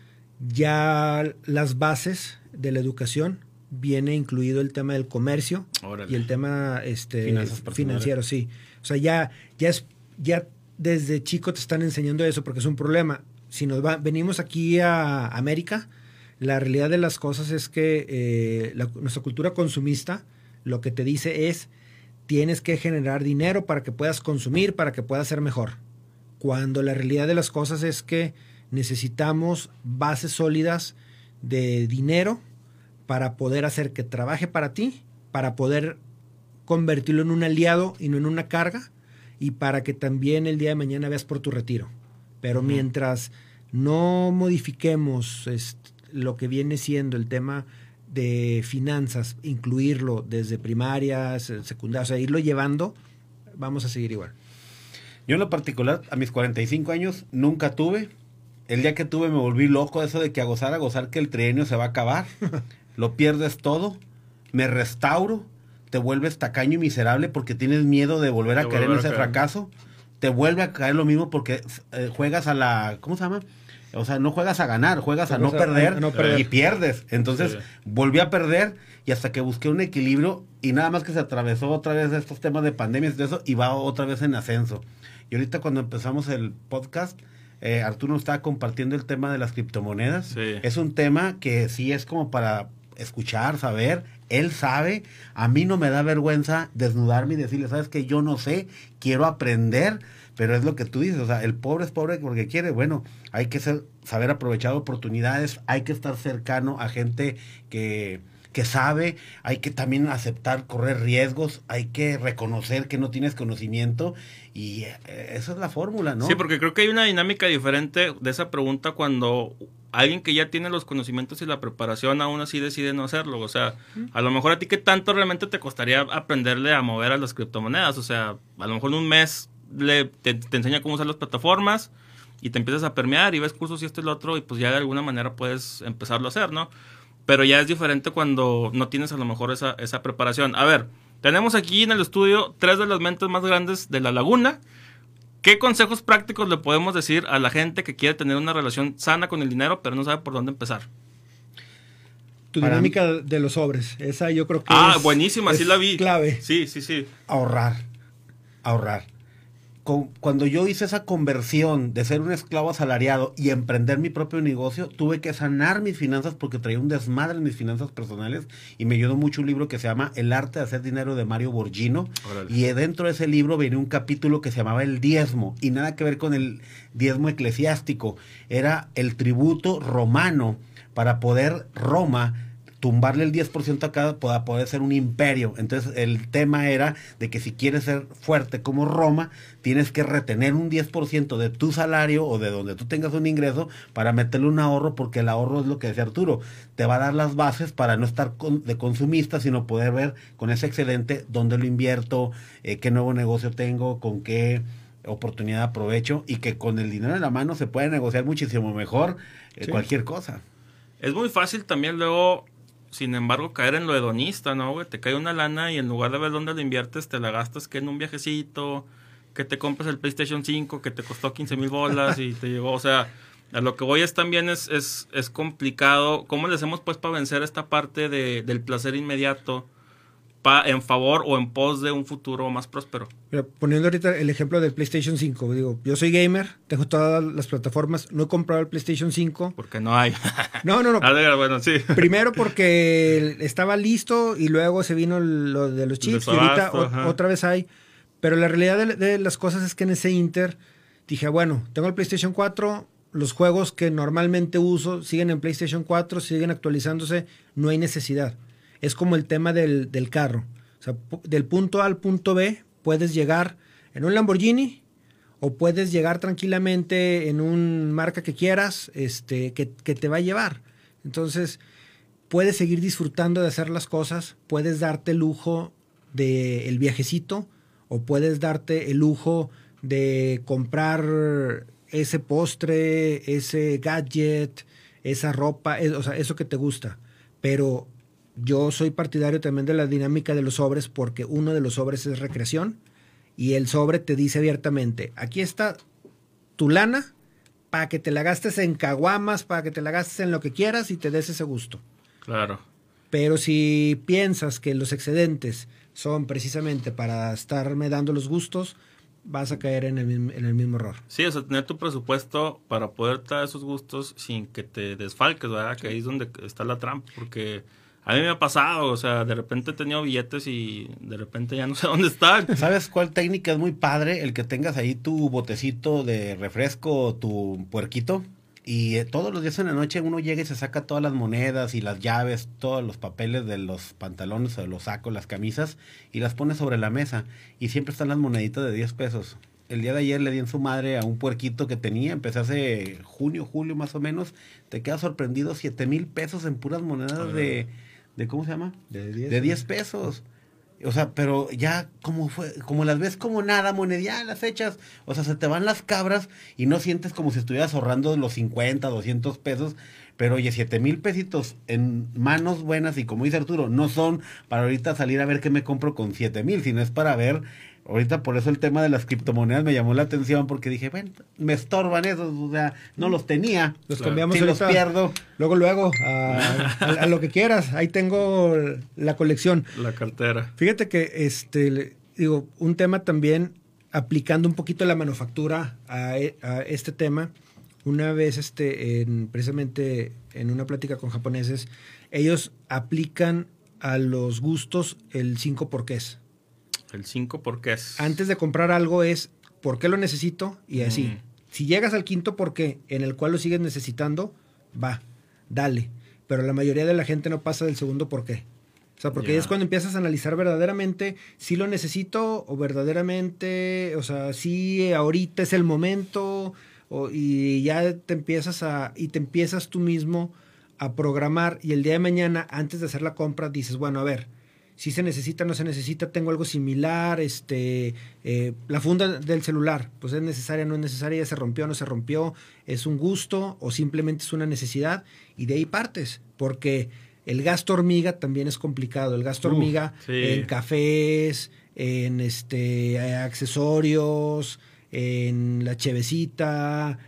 ya las bases de la educación viene incluido el tema del comercio. Órale. Y el tema este financiero, sí. O sea, ya ya es ya desde chico te están enseñando eso porque es un problema. Si nos va, venimos aquí a América, la realidad de las cosas es que eh, la, nuestra cultura consumista lo que te dice es tienes que generar dinero para que puedas consumir, para que puedas ser mejor. Cuando la realidad de las cosas es que necesitamos bases sólidas de dinero para poder hacer que trabaje para ti, para poder convertirlo en un aliado y no en una carga, y para que también el día de mañana veas por tu retiro. Pero uh-huh. mientras no modifiquemos este, lo que viene siendo el tema de finanzas, incluirlo desde primarias, secundarias, o sea, irlo llevando, vamos a seguir igual. Yo en lo particular, a mis cuarenta y cinco años, nunca tuve. El día que tuve me volví loco, eso de que a gozar, a gozar que el trienio se va a acabar. Lo pierdes todo, me restauro, te vuelves tacaño y miserable porque tienes miedo de volver a de caer volver en ese caer. fracaso. Te vuelve a caer lo mismo porque eh, juegas a la... ¿Cómo se llama? O sea, no juegas a ganar, juegas a no, perder, a no perder y pierdes. Entonces, sí. volví a perder y hasta que busqué un equilibrio y nada más que se atravesó otra vez estos temas de pandemias y de eso y va otra vez en ascenso. Y ahorita cuando empezamos el podcast, eh, Arturo nos estaba compartiendo el tema de las criptomonedas. Sí. Es un tema que sí es como para escuchar, saber. Él sabe, a mí no me da vergüenza desnudarme y decirle, sabes que yo no sé, quiero aprender, pero es lo que tú dices, o sea, el pobre es pobre porque quiere. Bueno, hay que ser, saber aprovechar oportunidades, hay que estar cercano a gente que, que sabe, hay que también aceptar correr riesgos, hay que reconocer que no tienes conocimiento, y eh, esa es la fórmula, ¿no? Sí, porque creo que hay una dinámica diferente de esa pregunta cuando alguien que ya tiene los conocimientos y la preparación aún así decide no hacerlo. O sea, a lo mejor a ti, ¿qué tanto realmente te costaría aprenderle a mover a las criptomonedas? O sea, a lo mejor en un mes le, te, te enseña cómo usar las plataformas y te empiezas a permear y ves cursos y esto y lo otro, y pues ya de alguna manera puedes empezarlo a hacer, ¿no? Pero ya es diferente cuando no tienes a lo mejor esa, esa preparación. A ver, tenemos aquí en el estudio tres de las mentes más grandes de la laguna. ¿Qué consejos prácticos le podemos decir a la gente que quiere tener una relación sana con el dinero, pero no sabe por dónde empezar? Tu Para dinámica mí, de los sobres, esa yo creo que ah, es, buenísima, es sí la vi. Clave. Sí, sí, sí. Ahorrar, ahorrar. Con, cuando yo hice esa conversión de ser un esclavo asalariado y emprender mi propio negocio, tuve que sanar mis finanzas porque traía un desmadre en mis finanzas personales, y me ayudó mucho un libro que se llama El arte de hacer dinero de Mario Borghino. Órale. Y dentro de ese libro venía un capítulo que se llamaba El diezmo, y nada que ver con el diezmo eclesiástico, era el tributo romano para poder Roma tumbarle el diez por ciento a cada para poder ser un imperio. Entonces el tema era de que si quieres ser fuerte como Roma, tienes que retener un diez por ciento de tu salario o de donde tú tengas un ingreso para meterle un ahorro, porque el ahorro es lo que decía Arturo, te va a dar las bases para no estar con, de consumista, sino poder ver con ese excedente dónde lo invierto, eh, qué nuevo negocio tengo, con qué oportunidad aprovecho, y que con el dinero en la mano se puede negociar muchísimo mejor eh, sí. cualquier cosa. Es muy fácil también luego, sin embargo, caer en lo hedonista, ¿no, güey? Te cae una lana y en lugar de ver dónde la inviertes, te la gastas que en un viajecito, que te compras el PlayStation cinco que te costó quince mil bolas y te llegó, o sea, a lo que voy es también es, es, es complicado. ¿Cómo le hacemos pues para vencer esta parte de, del placer inmediato pa, en favor o en pos de un futuro más próspero? Mira, poniendo ahorita el ejemplo del PlayStation cinco, digo, yo soy gamer, tengo todas las plataformas, no he comprado el PlayStation cinco. Porque no hay. No, no, no. A ver, bueno, sí. Primero porque estaba listo y luego se vino lo de los chips, y ahorita o, otra vez hay. Pero la realidad de, de las cosas es que en ese inter dije, bueno, tengo el PlayStation cuatro, los juegos que normalmente uso siguen en PlayStation cuatro, siguen actualizándose, no hay necesidad. Es como el tema del, del carro. O sea, del punto A al punto B puedes llegar en un Lamborghini o puedes llegar tranquilamente en una marca que quieras, este, que, que te va a llevar. Entonces, puedes seguir disfrutando de hacer las cosas, puedes darte el lujo del viajecito, o puedes darte el lujo de comprar ese postre, ese gadget, esa ropa, es, o sea, eso que te gusta. Pero yo soy partidario también de la dinámica de los sobres, porque uno de los sobres es recreación, y el sobre te dice abiertamente, aquí está tu lana para que te la gastes en caguamas, para que te la gastes en lo que quieras y te des ese gusto. Claro. Pero si piensas que los excedentes son precisamente para estarme dando los gustos, vas a caer en el, en el mismo error. Sí, o sea, tener tu presupuesto para poder dar esos gustos sin que te desfalques, ¿verdad? Que ahí es donde está la trampa, porque a mí me ha pasado, o sea, de repente he tenido billetes y de repente ya no sé dónde están. ¿Sabes cuál técnica es muy padre? El que tengas ahí tu botecito de refresco, tu puerquito, y eh, todos los días en la noche uno llega y se saca todas las monedas y las llaves, todos los papeles de los pantalones o de los sacos, las camisas, y las pone sobre la mesa, y siempre están las moneditas de diez pesos. El día de ayer le di en su madre a un puerquito que tenía, empecé hace junio, julio más o menos, te quedas sorprendido, siete mil pesos en puras monedas de, de, ¿cómo se llama? De diez, de diez pesos. O sea, pero ya como fue, como las ves como nada, moneda, las echas, o sea, se te van las cabras y no sientes como si estuvieras ahorrando los cincuenta, doscientos pesos, pero oye, siete mil pesitos en manos buenas, y como dice Arturo, no son para ahorita salir a ver qué me compro con siete mil, sino es para ver, ahorita por eso el tema de las criptomonedas me llamó la atención, porque dije, bueno, me estorban esos, o sea, no los tenía, los cambiamos, si los pierdo. Luego, luego, a, a, a lo que quieras, ahí tengo la colección. La cartera. Fíjate que, este, digo, un tema también, aplicando un poquito la manufactura a, a este tema, una vez, este, en, precisamente en una plática con japoneses, ellos aplican a los gustos el cinco porqués. El cinco porqués. Antes de comprar algo es ¿por qué lo necesito? Y así. Mm. Si llegas al quinto por qué, en el cual lo sigues necesitando, va, dale. Pero la mayoría de la gente no pasa del segundo por qué. O sea, porque yeah. es cuando empiezas a analizar verdaderamente si lo necesito o verdaderamente, o sea, si ahorita es el momento o, y ya te empiezas a, y te empiezas tú mismo a programar y el día de mañana, antes de hacer la compra, dices, bueno, a ver, si se necesita, no se necesita, tengo algo similar, este, eh, la funda del celular, pues es necesaria, no es necesaria, ya se rompió, no se rompió, es un gusto o simplemente es una necesidad y de ahí partes, porque el gasto hormiga también es complicado. El gasto uh, hormiga sí. en cafés, en este accesorios, en la chevecita,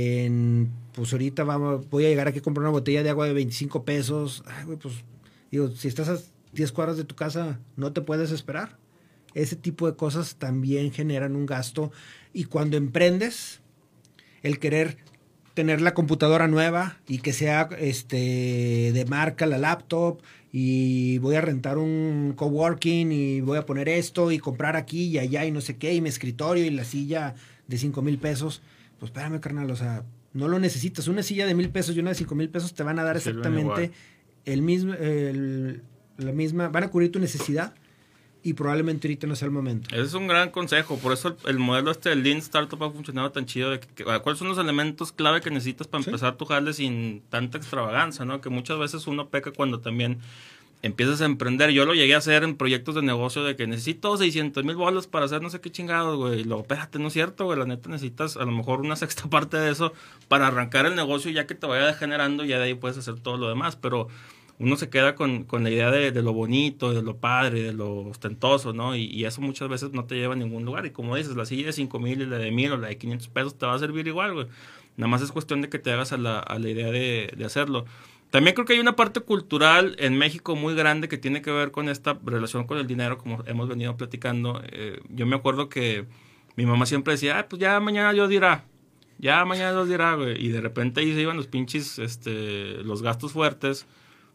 en pues ahorita vamos, voy a llegar aquí a comprar una botella de agua de veinticinco pesos. Ay, güey, pues digo, si estás a diez cuadras de tu casa, no te puedes esperar. Ese tipo de cosas también generan un gasto. Y cuando emprendes, el querer tener la computadora nueva y que sea este de marca la laptop y voy a rentar un coworking y voy a poner esto y comprar aquí y allá y no sé qué y mi escritorio y la silla de cinco mil pesos, pues espérame carnal, o sea, no lo necesitas. Una silla de mil pesos y una de cinco mil pesos te van a dar exactamente el mismo, el, la misma, van a cubrir tu necesidad y probablemente ahorita no sea el momento. Ese es un gran consejo, por eso el, el modelo este del Lean Startup ha funcionado tan chido. De que, que, ¿cuáles son los elementos clave que necesitas para ¿Sí? empezar tu jale sin tanta extravaganza, ¿no? Que muchas veces uno peca cuando también empiezas a emprender. Yo lo llegué a hacer en proyectos de negocio de que necesito seiscientos mil bolas para hacer no sé qué chingados, güey. Y luego, espérate, no es cierto, güey. La neta necesitas a lo mejor una sexta parte de eso para arrancar el negocio y ya que te vaya degenerando, ya de ahí puedes hacer todo lo demás, pero uno se queda con, con la idea de, de lo bonito, de lo padre, de lo ostentoso, ¿no? Y, y eso muchas veces no te lleva a ningún lugar. Y como dices, la silla de cinco mil y la de mil o la de quinientos pesos te va a servir igual, güey. Nada más es cuestión de que te hagas a la, a la idea de, de hacerlo. También creo que hay una parte cultural en México muy grande que tiene que ver con esta relación con el dinero, como hemos venido platicando. Eh, yo me acuerdo que mi mamá siempre decía, ah, pues ya mañana Dios dirá. Ya mañana Dios dirá, güey. Y de repente ahí se iban los pinches, este, los gastos fuertes.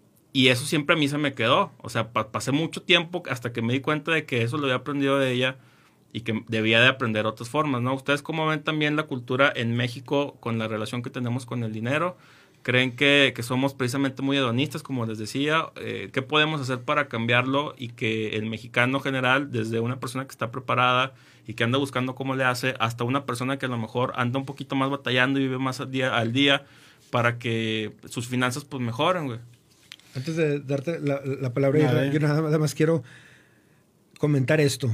Y eso siempre a mí se me quedó. O sea, pa- pasé mucho tiempo hasta que me di cuenta de que eso lo había aprendido de ella y que debía de aprender otras formas, ¿no? ¿Ustedes cómo ven también la cultura en México con la relación que tenemos con el dinero? ¿Creen que, que somos precisamente muy hedonistas, como les decía? Eh, ¿Qué podemos hacer para cambiarlo y que el mexicano general, desde una persona que está preparada y que anda buscando cómo le hace, hasta una persona que a lo mejor anda un poquito más batallando y vive más al día, al día para que sus finanzas pues mejoren, güey? Antes de darte la, la palabra, nada, yo nada, nada más quiero comentar esto.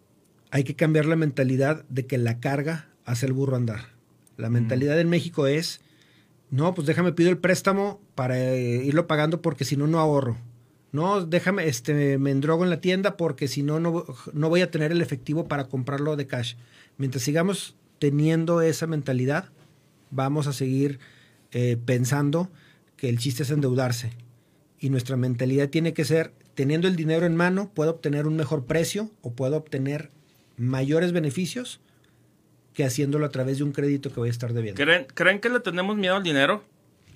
Hay que cambiar la mentalidad de que la carga hace el burro andar. La mentalidad mm. en México es, no, pues déjame pido el préstamo para eh, irlo pagando porque si no, no ahorro. No, déjame, este, me endrogo en la tienda porque si no, no, no voy a tener el efectivo para comprarlo de cash. Mientras sigamos teniendo esa mentalidad, vamos a seguir eh, pensando que el chiste es endeudarse. Y nuestra mentalidad tiene que ser, teniendo el dinero en mano, puedo obtener un mejor precio o puedo obtener mayores beneficios que haciéndolo a través de un crédito que voy a estar debiendo. ¿Creen, ¿creen que le tenemos miedo al dinero?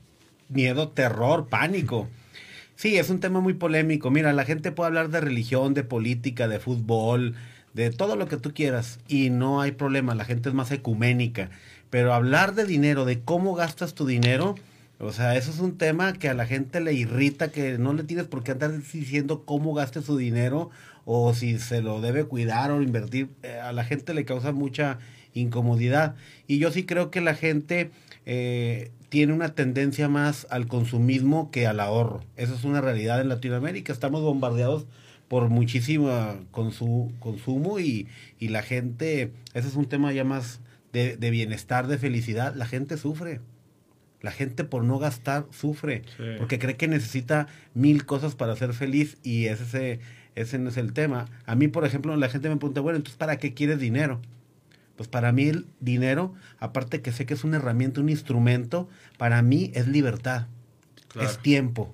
Miedo, terror, pánico. Sí, es un tema muy polémico. Mira, la gente puede hablar de religión, de política, de fútbol, de todo lo que tú quieras y no hay problema, la gente es más ecuménica. Pero hablar de dinero, de cómo gastas tu dinero... O sea, eso es un tema que a la gente le irrita, que no le tienes por qué andar diciendo cómo gaste su dinero o si se lo debe cuidar o invertir. Eh, a la gente le causa mucha incomodidad. Y yo sí creo que la gente eh, tiene una tendencia más al consumismo que al ahorro. Eso es una realidad en Latinoamérica. Estamos bombardeados por muchísimo consu- consumo y, y la gente, ese es un tema ya más de, de bienestar, de felicidad. La gente sufre. La gente por no gastar sufre, sí. porque cree que necesita mil cosas para ser feliz y ese, ese no es el tema. A mí, por ejemplo, la gente me pregunta, bueno, entonces ¿para qué quieres dinero? Pues para mí el dinero, aparte que sé que es una herramienta, un instrumento, para mí es libertad, claro. Es tiempo.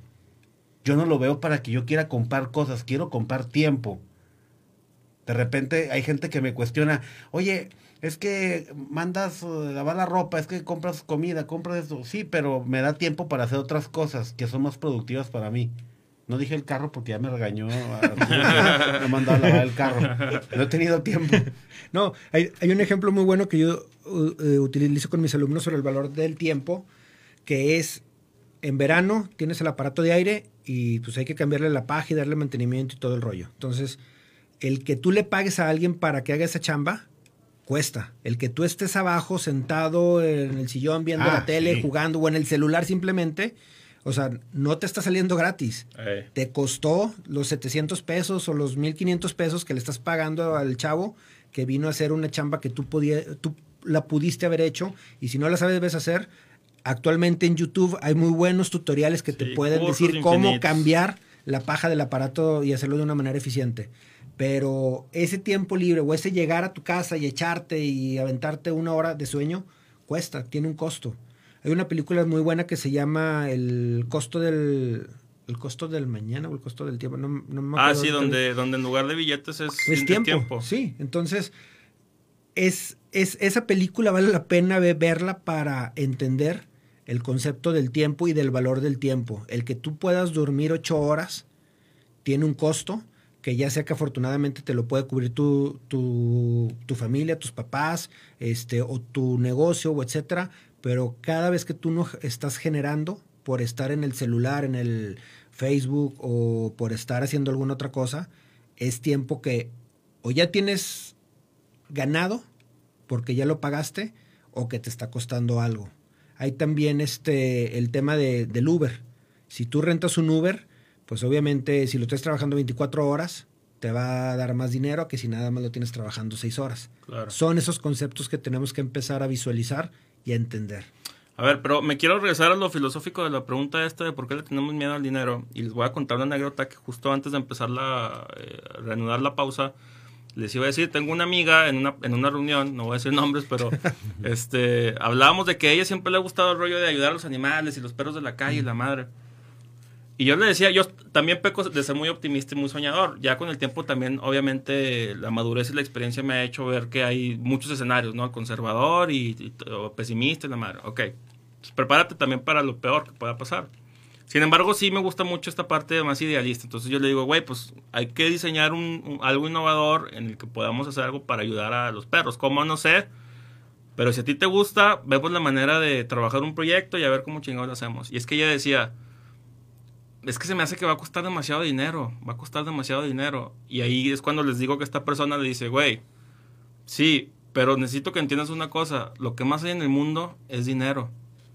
Yo no lo veo para que yo quiera comprar cosas, quiero comprar tiempo. De repente hay gente que me cuestiona, oye, es que mandas uh, lavar la ropa, es que compras comida, compras eso. Sí, pero me da tiempo para hacer otras cosas que son más productivas para mí. No dije el carro porque ya me regañó. Me mandó a lavar el carro. No he tenido tiempo. No, hay, hay un ejemplo muy bueno que yo uh, utilizo con mis alumnos sobre el valor del tiempo, que es, en verano tienes el aparato de aire y pues hay que cambiarle la paja y darle mantenimiento y todo el rollo. Entonces, el que tú le pagues a alguien para que haga esa chamba, cuesta. El que tú estés abajo, sentado en el sillón, viendo Ah, la tele, sí. jugando, o en el celular simplemente, o sea, no te está saliendo gratis. Eh. Te costó los setecientos pesos o los mil quinientos pesos que le estás pagando al chavo que vino a hacer una chamba que tú, podía, tú la pudiste haber hecho, y si no la sabes hacer, actualmente en YouTube hay muy buenos tutoriales que te Sí, pueden cursos decir cómo infinitos. cambiar la paja del aparato y hacerlo de una manera eficiente. Pero ese tiempo libre o ese llegar a tu casa y echarte y aventarte una hora de sueño cuesta, tiene un costo. Hay una película muy buena que se llama El costo del el costo del mañana o el costo del tiempo. No, no me Ah, acuerdo sí, ahorita. donde, donde en lugar de billetes es, Es es tiempo, tiempo. sí. Entonces, es, es, esa película vale la pena ve- verla para entender el concepto del tiempo y del valor del tiempo. El que tú puedas dormir ocho horas tiene un costo, que ya sea que afortunadamente te lo puede cubrir tu, tu, tu familia, tus papás, este, o tu negocio, o etcétera. Pero cada vez que tú no estás generando por estar en el celular, en el Facebook, o por estar haciendo alguna otra cosa, es tiempo que o ya tienes ganado porque ya lo pagaste, o que te está costando algo. Hay también este el tema de, del Uber. Si tú rentas un Uber, pues obviamente si lo estás trabajando veinticuatro horas, te va a dar más dinero que si nada más lo tienes trabajando seis horas. Claro. Son esos conceptos que tenemos que empezar a visualizar y a entender. A ver, pero me quiero regresar a lo filosófico de la pregunta esta de por qué le tenemos miedo al dinero. Y les voy a contar una anécdota que justo antes de empezar la, eh, reanudar la pausa, les iba a decir, tengo una amiga en una, en una reunión, no voy a decir nombres, pero este, hablábamos de que a ella siempre le ha gustado el rollo de ayudar a los animales y los perros de la calle y la madre. Y yo le decía, yo también peco de ser muy optimista y muy soñador. Ya con el tiempo también, obviamente, la madurez y la experiencia me ha hecho ver que hay muchos escenarios, ¿no? Conservador y, y o pesimista y la madre. Ok, pues prepárate también para lo peor que pueda pasar. Sin embargo, sí me gusta mucho esta parte más idealista. Entonces yo le digo, güey, pues hay que diseñar un, un, algo innovador en el que podamos hacer algo para ayudar a los perros. ¿Cómo? No sé. Pero si a ti te gusta, vemos la manera de trabajar un proyecto y a ver cómo chingados lo hacemos. Y es que ella decía, es que se me hace que va a costar demasiado dinero, va a costar demasiado dinero. Y ahí es cuando les digo que esta persona le dice, güey, sí, pero necesito que entiendas una cosa, lo que más hay en el mundo es dinero.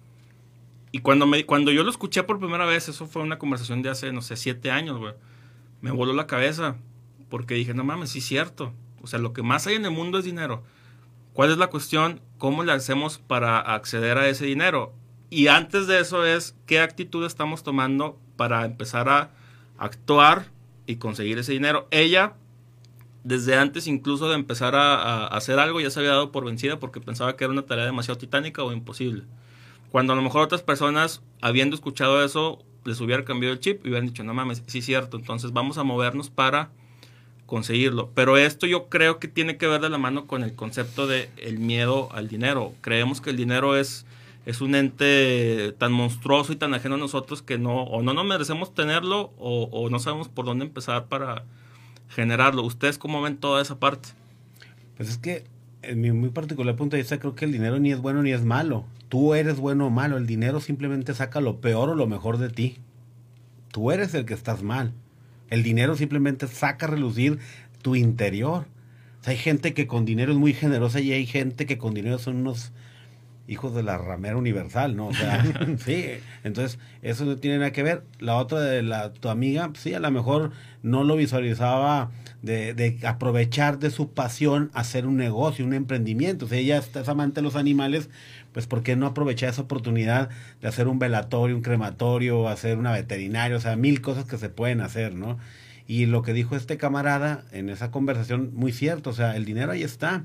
Y cuando, me, cuando yo lo escuché por primera vez, eso fue una conversación de hace, no sé, siete años, güey, me voló la cabeza, porque dije, no mames, sí es cierto. O sea, lo que más hay en el mundo es dinero. ¿Cuál es la cuestión? ¿Cómo le hacemos para acceder a ese dinero? Y antes de eso es, ¿qué actitud estamos tomando para empezar a actuar y conseguir ese dinero? Ella, desde antes incluso de empezar a, a hacer algo, ya se había dado por vencida porque pensaba que era una tarea demasiado titánica o imposible. Cuando a lo mejor otras personas, habiendo escuchado eso, les hubiera cambiado el chip y hubieran dicho, no mames, sí es cierto, entonces vamos a movernos para conseguirlo. Pero esto yo creo que tiene que ver de la mano con el concepto de el miedo al dinero. Creemos que el dinero es, es un ente tan monstruoso y tan ajeno a nosotros que no, o no nos merecemos tenerlo o, o no sabemos por dónde empezar para generarlo. ¿Ustedes cómo ven toda esa parte? Pues es que, en mi muy particular punto de vista, creo que el dinero ni es bueno ni es malo. Tú eres bueno o malo. El dinero simplemente saca lo peor o lo mejor de ti. Tú eres el que estás mal. El dinero simplemente saca a relucir tu interior. O sea, hay gente que con dinero es muy generosa y hay gente que con dinero son unos hijos de la ramera universal, ¿no? O sea, sí. Entonces, eso no tiene nada que ver. La otra de la, tu amiga, sí, a lo mejor no lo visualizaba de, de aprovechar de su pasión hacer un negocio, un emprendimiento. O sea, ella es amante de los animales, pues ¿por qué no aprovechar esa oportunidad de hacer un velatorio, un crematorio, hacer una veterinaria? O sea, mil cosas que se pueden hacer, ¿no? Y lo que dijo este camarada en esa conversación, muy cierto, o sea, el dinero ahí está.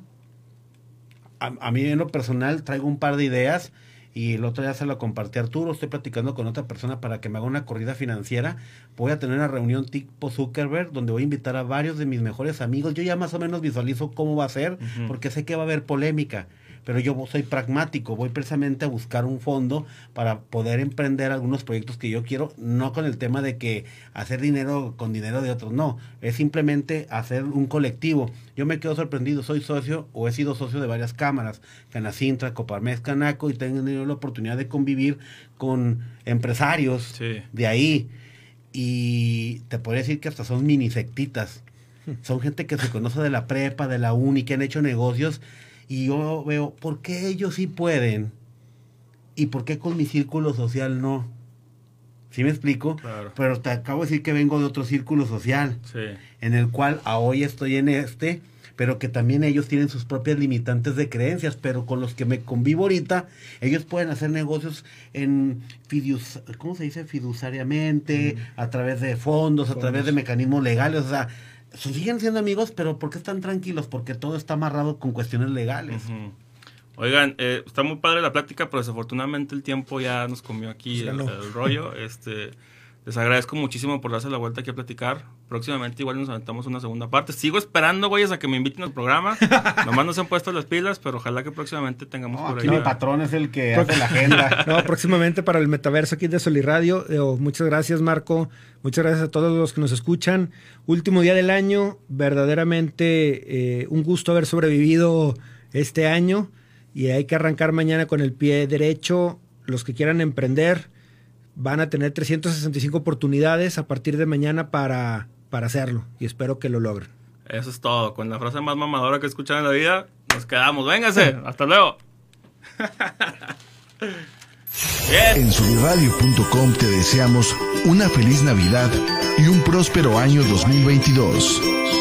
A, a mí en lo personal traigo un par de ideas y el otro día se lo compartí a Arturo, estoy platicando con otra persona para que me haga una corrida financiera. Voy a tener una reunión tipo Zuckerberg donde voy a invitar a varios de mis mejores amigos. Yo ya más o menos visualizo cómo va a ser, uh-huh. porque sé que va a haber polémica. pero yo soy pragmático, voy precisamente a buscar un fondo para poder emprender algunos proyectos que yo quiero, no con el tema de que hacer dinero con dinero de otros, no, es simplemente hacer un colectivo. Yo me quedo sorprendido, soy socio o he sido socio de varias cámaras, Canacintra, Coparmex, Canaco, y tengo tenido la oportunidad de convivir con empresarios sí. de ahí, y te podría decir que hasta son mini sectitas. Son gente que se conoce de la prepa, de la uni, que han hecho negocios, y yo veo, ¿por qué ellos sí pueden? ¿Y por qué con mi círculo social no? ¿Sí me explico? Claro. Pero te acabo de decir que vengo de otro círculo social, sí. en el cual a hoy estoy en este, pero que también ellos tienen sus propias limitantes de creencias, pero con los que me convivo ahorita, ellos pueden hacer negocios en fiduci- ¿cómo se dice? fiduciariamente, mm. a través de fondos, fondos, a través de mecanismos legales, o sea, siguen siendo amigos, pero ¿por qué están tranquilos? Porque todo está amarrado con cuestiones legales. Uh-huh. Oigan, eh, está muy padre la plática, pero desafortunadamente el tiempo ya nos comió aquí el, el rollo. Este, les agradezco muchísimo por darse la vuelta aquí a platicar. Próximamente igual nos aventamos una segunda parte. Sigo esperando, güeyes, a que me inviten al programa. Nomás no se han puesto las pilas, pero ojalá que próximamente tengamos no, por aquí ahí. el patrón es el que hace la agenda. No, próximamente para el metaverso aquí de Solirradio. Eh, muchas gracias, Marco. Muchas gracias a todos los que nos escuchan. Último día del año. Verdaderamente eh, un gusto haber sobrevivido este año. Y hay que arrancar mañana con el pie derecho. Los que quieran emprender van a tener trescientas sesenta y cinco oportunidades a partir de mañana para, para hacerlo. Y espero que lo logren. Eso es todo. Con la frase más mamadora que escuchan en la vida, nos quedamos. Véngase. Hasta luego. En solirradio punto com te deseamos una feliz Navidad y un próspero año dos mil veintidós.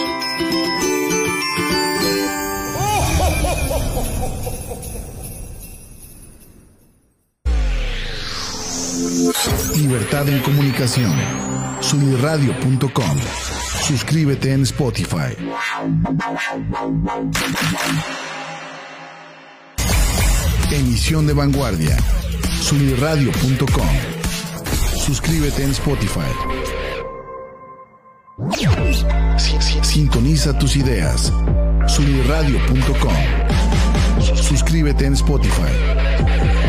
Libertad en comunicación. solirradio punto com. Suscríbete en Spotify. Emisión de vanguardia. solirradio punto com. Suscríbete en Spotify. Sintoniza tus ideas. solirradio punto com. Suscríbete en Spotify.